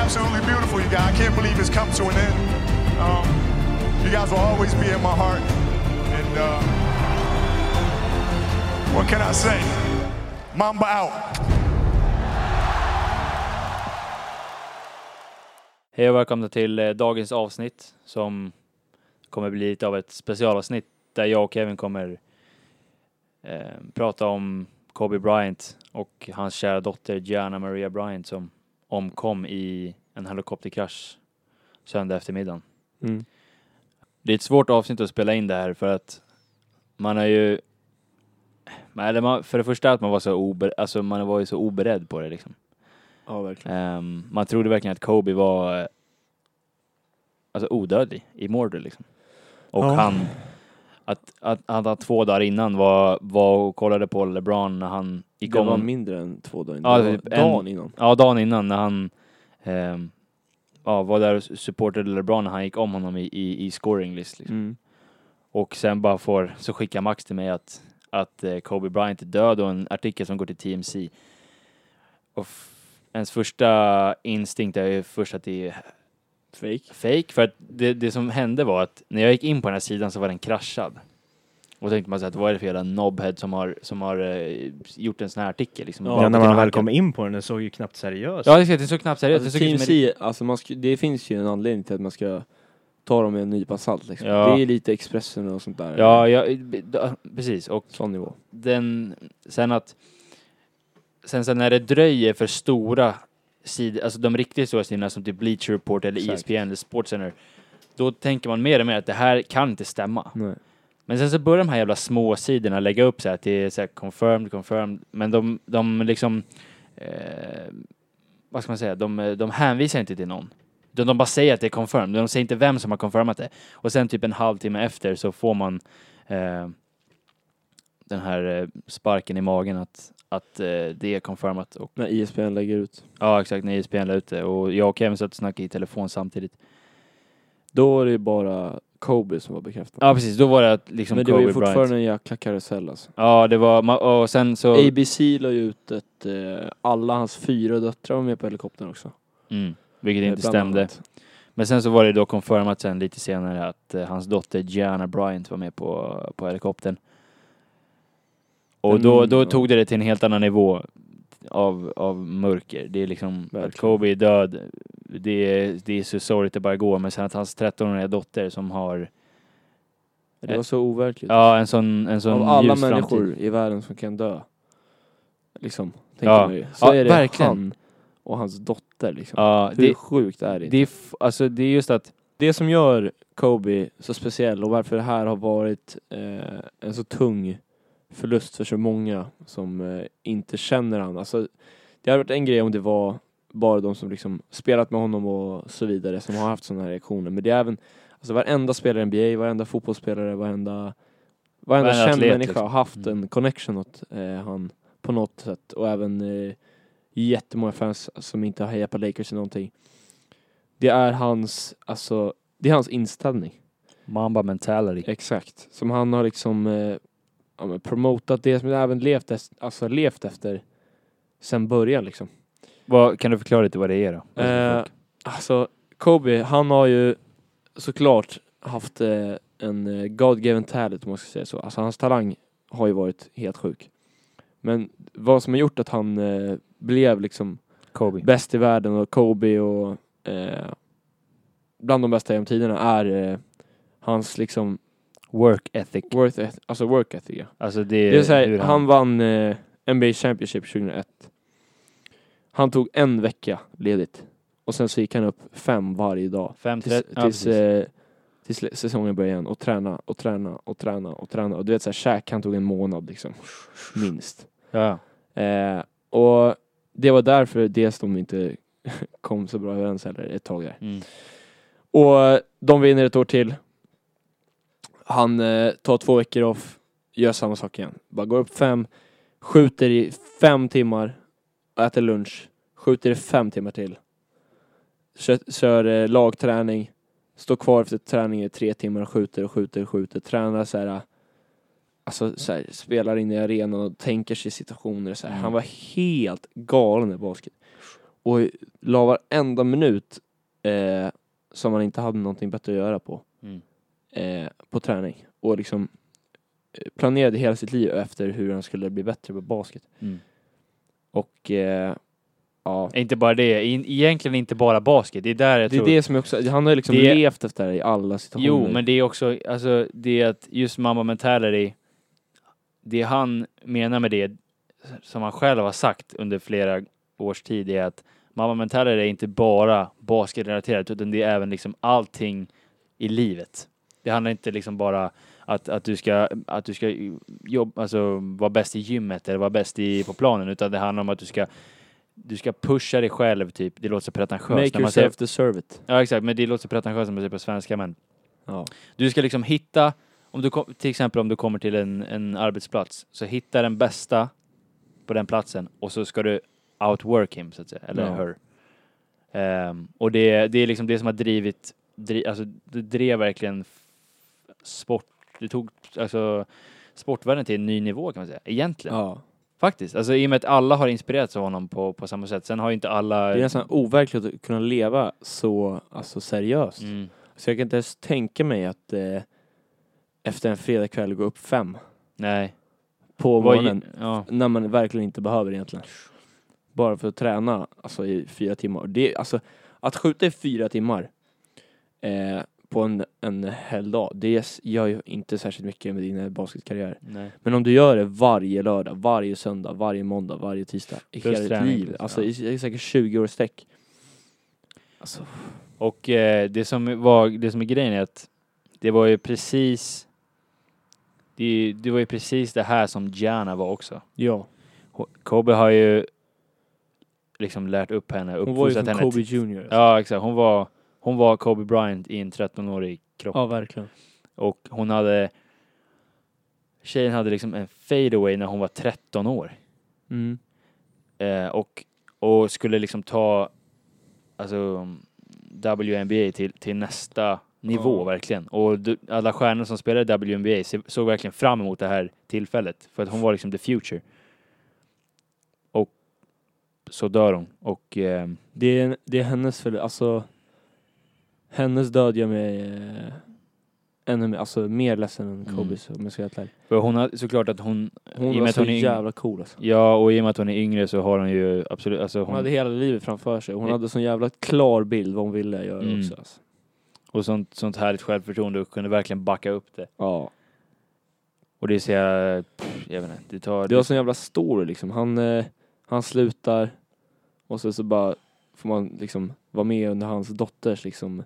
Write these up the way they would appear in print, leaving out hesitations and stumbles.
absolutely beautiful, you guys. I can't believe it's come to an end. You guys will always be in my heart. And what can I say? Mamba out. Hej och välkomna till dagens avsnitt som kommer bli lite av ett specialavsnitt där jag och Kevin kommer prata om Kobe Bryant och hans kära dotter Gianna Maria Bryant som omkom i en helikopterkrasch söndag eftermiddagen. Mm. Det är ett svårt avsnitt att spela in det här för att man har ju för det första att man var man var ju så oberedd på det liksom. Ja, verkligen. Man trodde verkligen att Kobe var odödlig, immortal liksom. Och han 2 dagar innan var och kollade på LeBron när han gick om. Det var mindre än 2 dagar innan. Dagen innan. Ja, dagen innan när han var där och supportade LeBron när han gick om honom i scoring list liksom. Mm. Och sen så skickar Max till mig att Kobe Bryant är död och en artikel som går till TMC. Och ens första instinkt är ju först att det är fake. För att det som hände var att när jag gick in på den här sidan så var den kraschad. Och då tänkte man så att vad är det för jävla knobhead som har gjort en sån här artikel liksom. Ja, när man väl kom in på den, det såg ju knappt seriöst. Ja, det såg knappt seriöst. Alltså, TMC, det finns ju en anledning till att man ska ta dem med en nypa salt liksom. Ja. Det är lite Expressen och sånt där. Ja, precis. Och sån nivå. Sen när det dröjer för stora sidor, alltså de riktigt stora sidorna som typ Bleacher Report eller ESPN eller SportsCenter, då tänker man mer och mer att det här kan inte stämma. Nej. Men sen så börjar de här jävla små sidorna lägga upp så här att det är så här confirmed, men de liksom vad ska man säga, de hänvisar inte till någon. De bara säger att det är confirmed, de säger inte vem som har confirmat det. Och sen typ en halvtimme efter så får man den här sparken i magen att det är confirmat. Och när ESPN lägger ut. Ja, exakt, när ESPN lägger ut det. Och jag och Kevin satt och snackade i telefon samtidigt. Då var det ju bara Kobe som var bekräftad. Ja, precis. Då var det att liksom men det Kobe var ju fortfarande Bryant. en jäkla karusell alltså. Ja, det var... Och sen så... ABC la ju ut alla hans 4 döttrar var med på helikoptern också. Vilket inte stämde. Annat. Men sen så var det då confirmat sen lite senare att hans dotter Gianna Bryant var med på helikoptern. Och då tog det till en helt annan nivå av mörker. Det är liksom verkligen. Att Kobe är död. Det är så sorgligt det bara går. Men sen att hans 13-åriga dotter som har... Det var så overkligt. Ja, en sån av alla ljus människor framtid i världen som kan dö. Liksom, tänker man ju. Så är det verkligen. Han och hans dotter liksom. Ja, hur sjukt är det? Det är just att det som gör Kobe så speciell och varför det här har varit en så tung förlust för så många som inte känner han. Alltså, det hade varit en grej om det var bara de som liksom spelat med honom och så vidare som har haft sådana här reaktioner. Men det är även varenda spelare i NBA, varenda fotbollsspelare, varenda känd atlet, människa liksom. har haft en connection åt han på något sätt. Och även jättemånga fans som inte har hejat på Lakers eller någonting. Det är hans inställning. Mamba mentality. Exakt. Som han har liksom promotat det som även levt efter sen början liksom. Kan du förklara lite vad det är då? Kobe, han har ju såklart haft en God-given talent om man ska säga så. Alltså hans talang har ju varit helt sjuk. Men vad som har gjort att han blev liksom Kobe. Bäst i världen och Kobe och bland de bästa genom tiderna är hans liksom work ethic. Alltså work ethic, ja. Alltså det är så här, han vann NBA Championship 2001. Han tog en vecka ledigt. Och sen så gick han upp 5 varje dag. Tills säsongen började igen. Och träna. Och du vet så här, Shaq han tog en månad liksom. Minst. Ja. Och det var därför dels de inte kom så bra överens eller ett tag där. Och de vinner ett år till. Han tar 2 veckor off. Gör samma sak igen. Bara går upp 5. Skjuter i 5 timmar. Äter lunch. Skjuter i 5 timmar till. Kör lagträning. Står kvar efter träning i 3 timmar och skjuter. Tränar så här. Alltså så här, spelar in i arenan och tänker sig situationer så här. Han var helt galen i basket. och la varenda minut som man inte hade någonting bättre att göra på träning. Och liksom planerade hela sitt liv efter hur han skulle bli bättre på basket. Och ja. Inte bara det, egentligen inte bara basket. Det är där jag tror. Det är det som också, han har liksom levt efter det i alla situationer. Jo, men det är också, alltså det att just Mamba mentality, det han menar med det, som han själv har sagt under flera års tid, är att Mamba mentality är inte bara basketrelaterat, utan det är även liksom allting i livet. Det handlar inte liksom bara att du ska jobba, alltså vara bäst i gymmet eller vara bäst på planen, utan det handlar om att du ska pusha dig själv, typ. Det låter så pretentiöst. Make yourself deserve it. Ja, exakt. Men det låter så pretentiöst när man säger på svenska, men ja. Du ska liksom hitta, till exempel om du kommer till en arbetsplats, så hitta den bästa på den platsen och så ska du outwork him, så att säga, eller her. Och det är liksom det som har alltså det drev verkligen sport. Det tog alltså sportvärlden till en ny nivå, kan man säga, egentligen. Ja. Faktiskt. Alltså i och med att alla har inspirerats av honom på samma sätt. Sen har ju inte alla... Det är nästan overkligt att kunna leva så alltså seriöst. Så jag kan inte ens tänka mig att efter en fredagkväll gå upp 5. Nej. På morgonen. När man verkligen inte behöver egentligen. Bara för att träna alltså i 4 timmar. Det är, alltså, att skjuta i 4 timmar på en hel dag, det gör ju inte särskilt mycket med din basketkarriär. Nej. Men om du gör det varje lördag, varje söndag, varje måndag, varje tisdag i hela ditt liv, alltså i säkert 20 år sträck. Alltså. Och det som är grejen är att det var ju precis det var ju precis det här som Gianna var också. Ja. Kobe har ju liksom lärt upp henne, uppfostrat henne. Hon var ju som Kobe Jr. Alltså. Ja, exakt. Hon var Kobe Bryant i en 13-årig kropp. Ja, verkligen. Och tjejen hade liksom en fadeaway när hon var 13 år. Och skulle liksom ta alltså WNBA till nästa nivå, verkligen. Och alla stjärnor som spelade WNBA såg verkligen fram emot det här tillfället. För att hon var liksom the future. Och så dör hon. Och det är hennes alltså hennes död gör mig mer ledsen än Kobes, om jag ska säga. För hon har såklart att hon var så jävla cool alltså. Ja, och i och med att hon är yngre så har hon ju absolut, alltså hon hade hela livet framför sig. Hon hade sån jävla klar bild vad hon ville göra också alltså. Och sånt härligt självförtroende och kunde verkligen backa upp det. Ja. Och det ser jag vet inte, det var sån jävla story liksom. Han slutar och så bara får man liksom vara med under hans dotters liksom.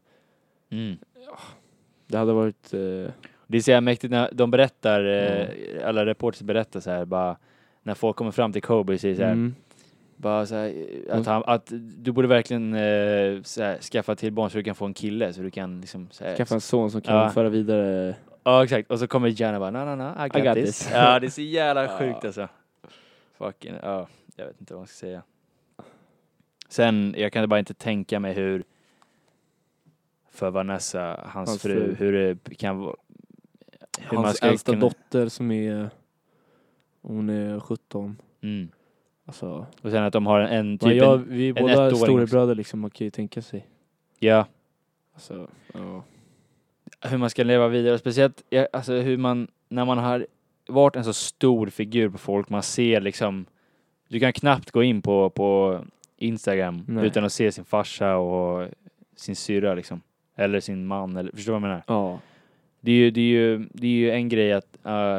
Det hade varit det är så mäktigt när de berättar alla reporters berättar så här, bara när folk kommer fram till Kobe och säger så här, bara så här, att du borde verkligen så här, skaffa till barn så du kan få en kille, så du kan liksom så här, skaffa en son som kan föra vidare. Ja, exakt. Och så kommer Gianna bara, no, I got this. Ja, det är så jävla sjukt alltså. Fucking, jag vet inte vad man ska säga. Sen, jag kan bara inte tänka mig hur för Vanessa, hans fru, hur det kan vara. Hans äldsta dotter som hon är 17. Alltså, och sen att de har en typ vi är båda storebröder liksom, man kan ju tänka sig. Ja. Alltså, hur man ska leva vidare, speciellt alltså hur man, när man har varit en så stor figur på folk, man ser liksom, du kan knappt gå in på Instagram utan att se sin farsa och sin syrra liksom, eller sin man, eller förstår du vad jag menar? Ja. Det är ju en grej att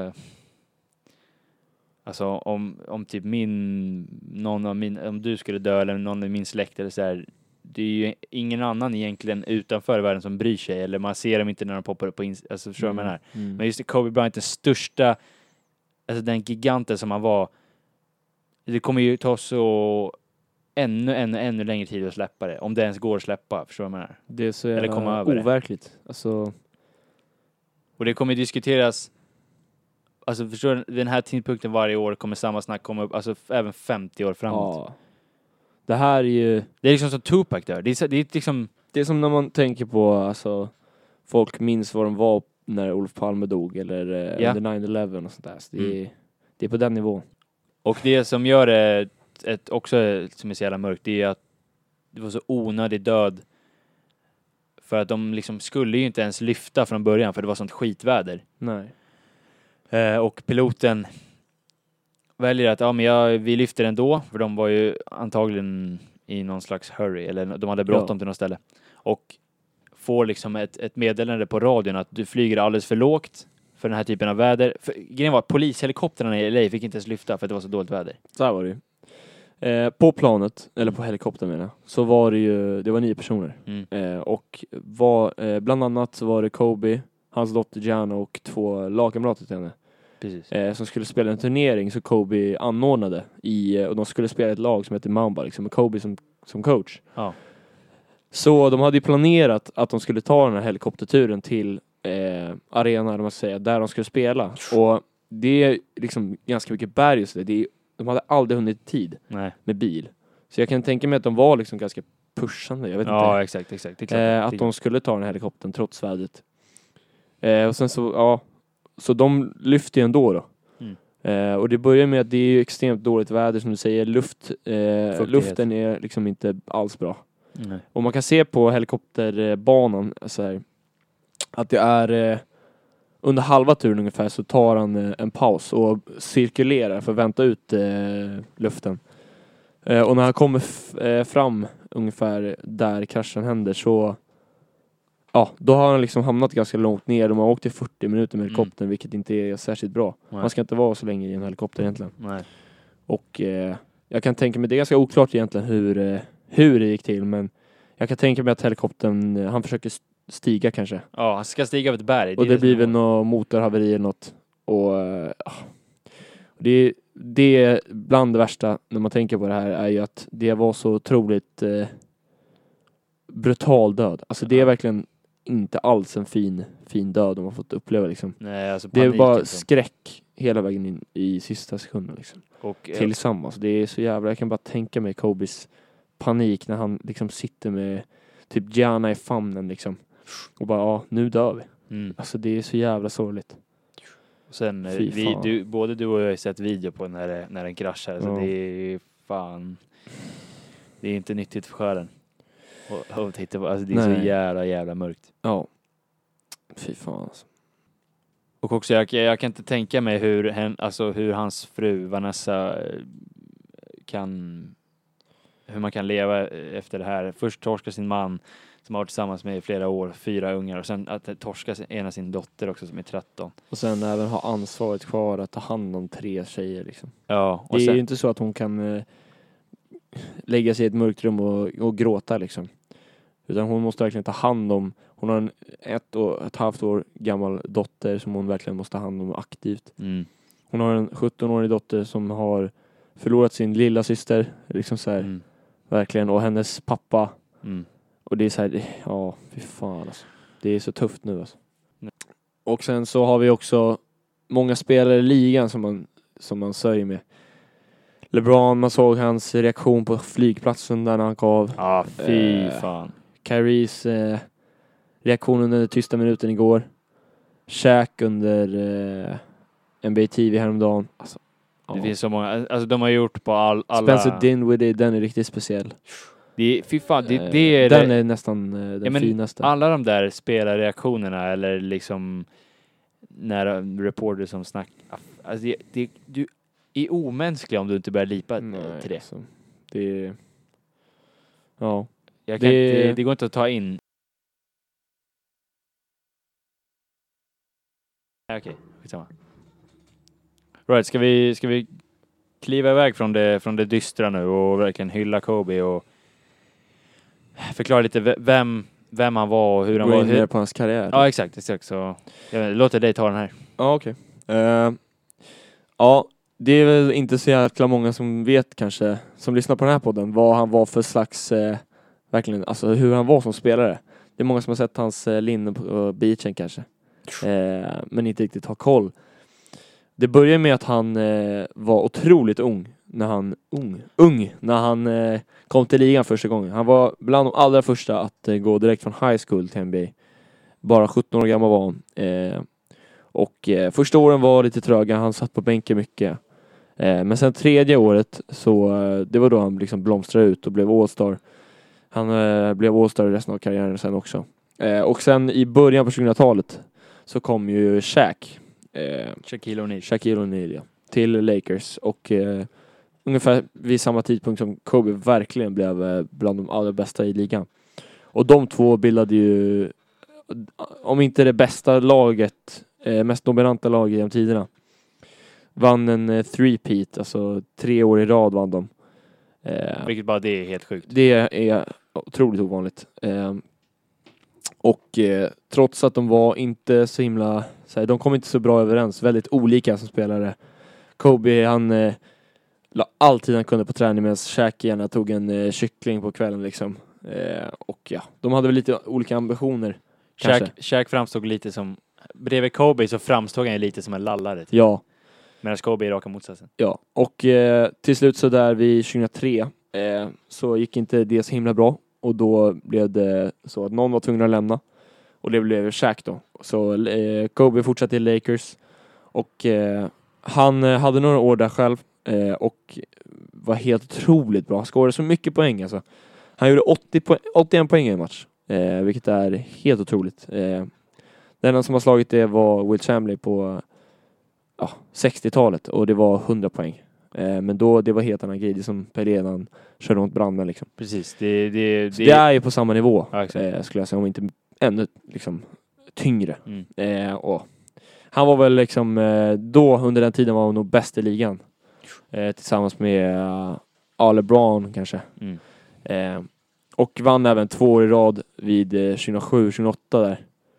alltså om typ om du skulle dö eller någon i min släkt eller så här, det är ju ingen annan egentligen utanför världen som bryr sig, eller man ser dem inte när de poppar upp på alltså förstår du vad jag menar? Men just Kobe Bryant, den största, alltså den giganten som han var, det kommer ju ta så ännu längre tid att släppa det, om det ens går att släppa, förstår du vad jag menar? Det är så jävla overkligt. Alltså. Och det kommer diskuteras, alltså förstår du, den här tidpunkten varje år kommer samma snack komma upp, alltså även 50 år framåt. Ja. Det här är ju... Det är liksom som Tupac där. Det är liksom... Det är som när man tänker på, alltså, folk minns vad de var när Olof Palme dog, eller under 9/11 och sånt där. Så det är på den nivån. Och det som gör det också som är så jävla mörkt, det är att det var så onödig död. För att de liksom skulle ju inte ens lyfta från början för det var sånt skitväder. Nej. Och piloten väljer att vi lyfter ändå. För de var ju antagligen i någon slags hurry. Eller de hade bråttom till något ställe. Och får liksom ett meddelande på radion att du flyger alldeles för lågt för den här typen av väder. För grejen var att polishelikopterna i LA fick inte ens lyfta för att det var så dåligt väder. Så här var det ju. På planet, eller på helikoptern menar jag, så var det var 9 personer. Och bland annat så var det Kobe, hans dotter Gianna och 2 lagkamrater till henne. Precis. Som skulle spela en turnering så Kobe anordnade och de skulle spela ett lag som heter Mamba liksom, med Kobe som coach. Ja. Så de hade ju planerat att de skulle ta den här helikopterturen till arenan, man säger, där de skulle spela. Och det är liksom ganska mycket berg och så där. De hade aldrig hunnit tid med bil. Så jag kan tänka mig att de var liksom ganska pushande, jag vet inte. Ja, exakt. Det är klart. Att de skulle ta den här helikoptern trots vädret. Och sen så de lyfter ju ändå då. Och det börjar med att det är ju extremt dåligt väder som du säger. Luften är liksom inte alls bra. Och man kan se på helikopterbanan så här, att det är under halva turen ungefär så tar han en paus och cirkulerar för att vänta ut luften. Och när han kommer fram ungefär där kraschen händer så då har han liksom hamnat ganska långt ner. De har åkt i 40 minuter med helikoptern, vilket inte är särskilt bra. Nej. Man ska inte vara så länge i en helikopter egentligen. Nej. Och jag kan tänka mig, det är ganska oklart egentligen hur det gick till, men jag kan tänka mig att helikoptern, han försöker stiga kanske. Ja, han ska stiga över ett berg. Och det blir väl något motorhaveri eller något. Och det är bland det värsta när man tänker på det här är ju att det var så otroligt brutal död. Alltså det är verkligen inte alls en fin död de har fått uppleva liksom. Nej, alltså det är bara liksom skräck hela vägen in i sista sekunden liksom. Och tillsammans. Det är så jävla, jag kan bara tänka mig Kobes panik när han liksom sitter med typ Gianna i famnen liksom. Och bara, nu dör vi. Alltså det är så jävla sorgligt. Och sen, både du och jag har sett video på när den kraschar. Så det är fan... Det är inte nyttigt för skören. Och titta på, alltså det är så jävla mörkt. Ja. Fy fan alltså. Och också, jag kan inte tänka mig hur hans fru Vanessa hur man kan leva efter det här. Först torska sin man som har varit tillsammans med i flera år, 4 ungar, och sen att torska sin dotter också som är 13. Och sen även ha ansvaret kvar att ta hand om 3 tjejer liksom. Ja. Och det är ju inte så att hon kan lägga sig i ett mörkt rum och gråta liksom. Utan hon måste verkligen ta hand om, hon har en 1,5 år gammal dotter som hon verkligen måste ta hand om aktivt. Hon har en 17-årig dotter som har förlorat sin lilla syster liksom så här, verkligen, och hennes pappa. Och det är så här, fy fan alltså. Det är så tufft nu alltså. Och sen så har vi också många spelare i ligan som man sörjer med. LeBron, man såg hans reaktion på flygplatsen där när han gav. Ja, fy fan. Kyries reaktion under den tysta minuten igår. Shaq under NBA TV häromdagen. Alltså, det finns så många. Alltså de har gjort på alla... Spencer Dinwiddie, den är riktigt speciell. Fy fan, det är... Den är nästan den finaste. Alla de där spelarreaktionerna eller liksom när reporter som snackar. Alltså du är omänsklig om du inte börjar lipa till det. Alltså, det är... Ja. Det går inte att ta in. Okej, skitsamma. Right, ska vi kliva iväg från det dystra nu och verkligen hylla Kobe och förklara lite vem han var och hur han var. Hur på hans karriär. Ja, exakt. Så jag låter dig ta den här. Ja, okej. Ja, det är väl inte så jäkla många som vet kanske, som lyssnar på den här podden, vad han var för slags, verkligen, alltså hur han var som spelare. Det är många som har sett hans linne på beachen kanske. Men inte riktigt har koll. Det börjar med att han var otroligt ung när han kom till ligan första gången. Han var bland de allra första att gå direkt från high school till NBA. Bara 17 år gammal var han. Och första åren var lite tröga. Han satt på bänken mycket. Men sen 3:e året så det var då han liksom blomstrade ut och blev All-Star. Han blev All-Star resten av karriären sen också. Och sen i början på 2000-talet så kom ju Shaquille O'Neal, ja, till Lakers. Och ungefär vid samma tidpunkt som Kobe verkligen blev bland de allra bästa i ligan. Och de två bildade ju, om inte det bästa laget, mest dominanta laget genom tiderna. Vann en three-peat, alltså 3 år i rad vann de. Vilket bara det är helt sjukt. Det är otroligt ovanligt. Och trots att de var inte så himla, de kom inte så bra överens, väldigt olika som spelare. Kobe, han la alltid han kunde på träning, medan Shaq gärna tog en kyckling på kvällen liksom. Och ja, de hade väl lite olika ambitioner. Shaq framstod lite som, bredvid Kobe så framstod han lite som en lallare. Typ. Ja. Medan Kobe är raka motsatsen. Ja, och till slut så där vid 2003 så gick inte det så himla bra. Och då blev det så att någon var tvungen att lämna. Och det blev Shaq då. Så Kobe fortsatte i Lakers. Och han hade några år där själv. Och var helt otroligt bra. Skårade så mycket poäng alltså. Han gjorde 81 poäng i en match. Vilket är helt otroligt. Den enda som har slagit det var Will Chamberlain på 60-talet. Och det var 100 poäng. Men då, det var helt annan grej. Det som Pelé han körde mot branden liksom. Precis. Det är ju på samma nivå. Ja, skulle jag säga. Om inte ännu liksom tyngre. Och han var väl liksom då under den tiden var han nog bäst i ligan. Tillsammans med LeBron kanske. Och vann även 2 år i rad vid 2007-2008 där.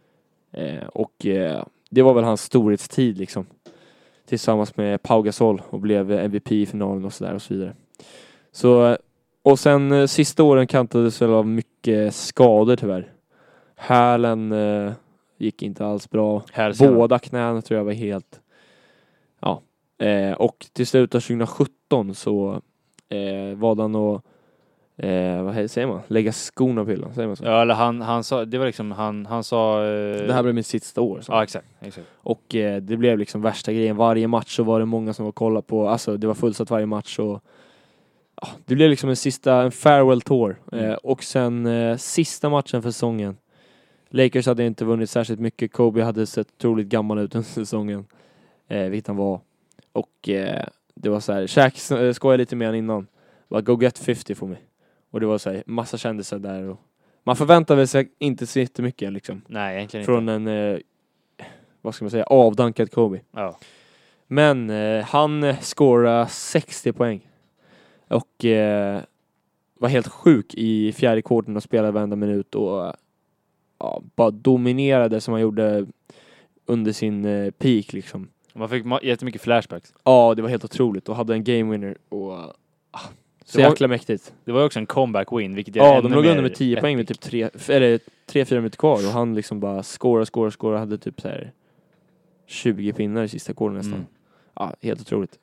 Och det var väl hans storhetstid liksom. Tillsammans med Pau Gasol och blev MVP i finalen och så vidare. Så, och sen sista åren kantades väl av mycket skador tyvärr. Hälen gick inte alls bra. Båda knäna tror jag var helt... Ja. Och till slut av 2017 så var han och vad säger man? Lägga skorna på hyllan, säger man så? Ja, eller han sa, det var liksom, han sa... Det här blev mitt sista år. Så. Ja, exakt. Och det blev liksom värsta grejen. Varje match så var det många som var kolla på, alltså det var fullsatt varje match och det blev liksom en farewell tour. Och sen sista matchen för säsongen. Lakers hade inte vunnit särskilt mycket. Kobe hade sett otroligt gammal ut den säsongen. Vilket han var. Och det var så här, Shaq skojade lite mer än innan. Bara, go get 50 for me. Och det var så här, massa kändisar där. Och man förväntade sig inte så jättemycket liksom. Nej, egentligen från inte. En, vad ska man säga, avdankad Kobe. Ja. Men han scorade 60 poäng. Och var helt sjuk i fjärde kvarten och spelade varenda minut. Och bara dominerade som han gjorde under sin peak liksom. Man fick jättemycket flashbacks. Ja, det var helt otroligt. Och hade en game winner och... Så jäkla mäktigt. Det var ju också en comeback win, vilket de låg under med 10 poäng med typ 3-4 minuter kvar. Och han liksom bara scorar. Hade typ så här 20 pinnar i sista kvarten nästan. Ja, helt otroligt.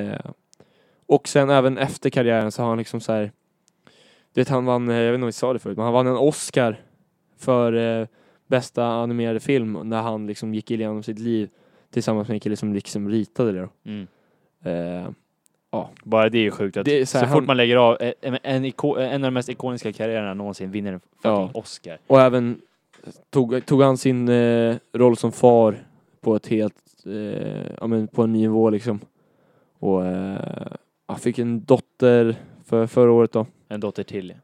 Och sen även efter karriären så har han liksom så här... Du vet, han vann, jag vet inte om vi sa det förut, men han vann en Oscar för bästa animerade film när han liksom gick igenom sitt liv tillsammans med en kille som liksom ritade det då. Bara det är ju sjukt att det, så fort man lägger av en av de mest ikoniska karriärerna någonsin vinner en fucking Oscar. Och även tog han sin roll som far på ett helt på en ny nivå liksom. Och han fick en dotter förra året då. En dotter till.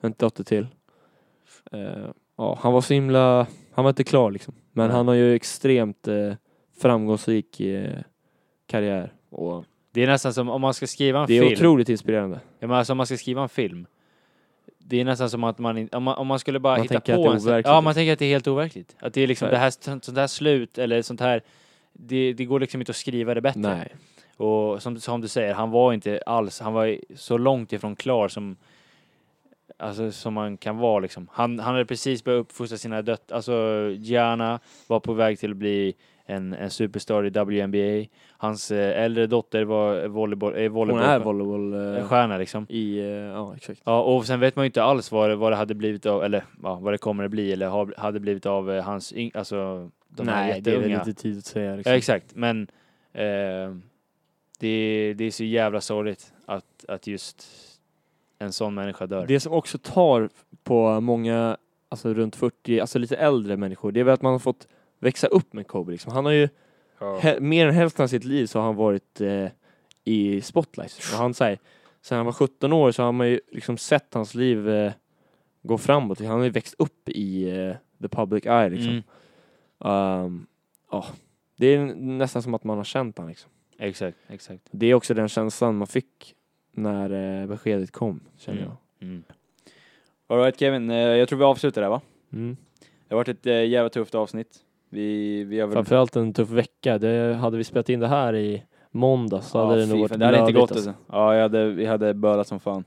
Han var så himla, han var inte klar liksom. Men han har ju extremt framgångsrik karriär och det är nästan som om man ska skriva en film. Det är otroligt inspirerande. Ja, men alltså om man ska skriva en film. Det är nästan som att om man skulle bara hitta på man tänker att det är helt overkligt. Att det är liksom det här sånt här slut eller sånt här det går liksom inte att skriva det bättre. Nej. Och som du säger, han var så långt ifrån klar som man kan vara liksom. Han hade precis börjat uppfostra sina döttrar. Alltså Gianna var på väg till att bli en superstar i WNBA. Hans äldre dotter var volleyboll. Hon är volleybollstjärna liksom. Exakt. Ja, och sen vet man ju inte alls vad det hade blivit av, eller vad det kommer att bli, eller hade blivit av hans alltså de här jätteunga. Det är lite tid att säga liksom. Ja, exakt. Men det är så jävla sorgligt att just en sån människa dör. Det som också tar på många, alltså runt 40, alltså lite äldre människor, det är väl att man har fått växa upp med Kobe liksom. Han har ju mer än hälften av sitt liv så har han varit i spotlight. Och han säger, sen han var 17 år så har man ju liksom sett hans liv gå framåt. Han har ju växt upp i the public eye liksom. Det är nästan som att man har känt han liksom. Exakt. Det är också den känslan man fick när beskedet kom, känner jag. All right, Kevin, jag tror vi avslutar där, va? Mm. Det har varit ett jävla tufft avsnitt. Vi har väl... Framförallt en tuff vecka. Det hade vi spelat in det här i måndag så hade det nog varit det hade inte gått alltså. Ja, vi hade bölat som fan.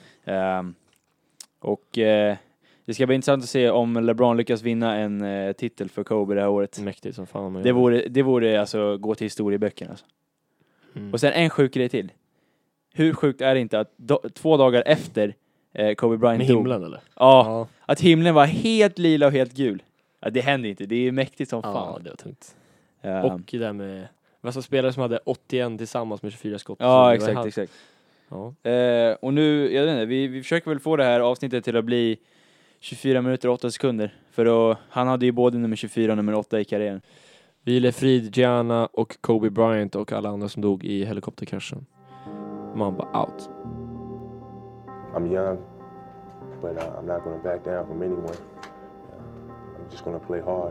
Det ska bli intressant att se om LeBron lyckas vinna en titel för Kobe det här året. Mäktigt som fan. Det vore alltså gå till historieböckerna alltså. Och sen en sjuk grej till. Hur sjukt är det inte att 2 dagar efter Kobe Bryant med dog. himlen eller? Ja, att himlen var helt lila och helt gul. Ja, det händer inte. Det är mäktigt som fan. Ja, det var tungt. Och det där med vissa spelare som hade 81 tillsammans med 24 skott. Ja, exakt. Ja. Och nu, jag vet inte, vi försöker väl få det här avsnittet till att bli 24 minuter och 8 sekunder. För då, han hade ju både nummer 24 och nummer 8 i karriären. Vile frid, Gianna och Kobe Bryant och alla andra som dog i helikopterkraschen. Mamba out. I'm young, but I'm not going to back down from anyone. I'm just going to play hard.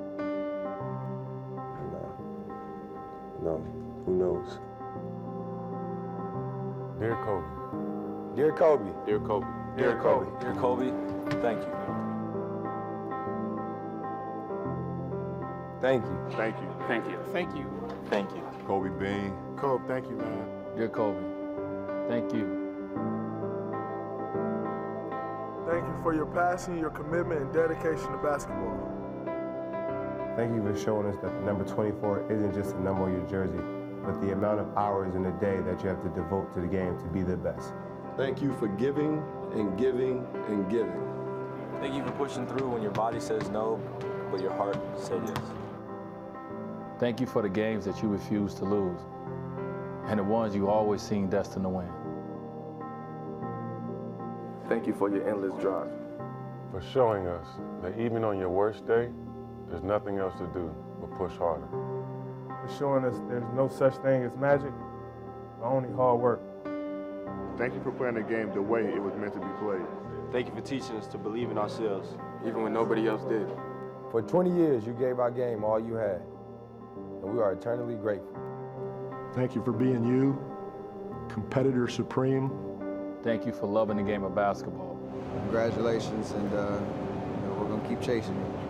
And, who knows? Dear Kobe. Dear Kobe. Dear Kobe. Dear Kobe. Dear Kobe, thank you. Thank you. Thank you. Thank you. Thank you. Thank you. Kobe Bean. Kobe, thank you, man. Dear Kobe, thank you. Thank you for your passion, your commitment, and dedication to basketball. Thank you for showing us that the number 24 isn't just a number on your jersey, but the amount of hours in a day that you have to devote to the game to be the best. Thank you for giving and giving and giving. Thank you for pushing through when your body says no, but your heart said yes. Thank you for the games that you refused to lose, and the ones you always seem destined to win. Thank you for your endless drive. For showing us that even on your worst day, there's nothing else to do but push harder. For showing us there's no such thing as magic, but only hard work. Thank you for playing the game the way it was meant to be played. Thank you for teaching us to believe in ourselves, Even when nobody else did. For 20 years, you gave our game all you had, and we are eternally grateful. Thank you for being you, competitor supreme. Thank you for loving the game of basketball. Congratulations, and we're going to keep chasing you.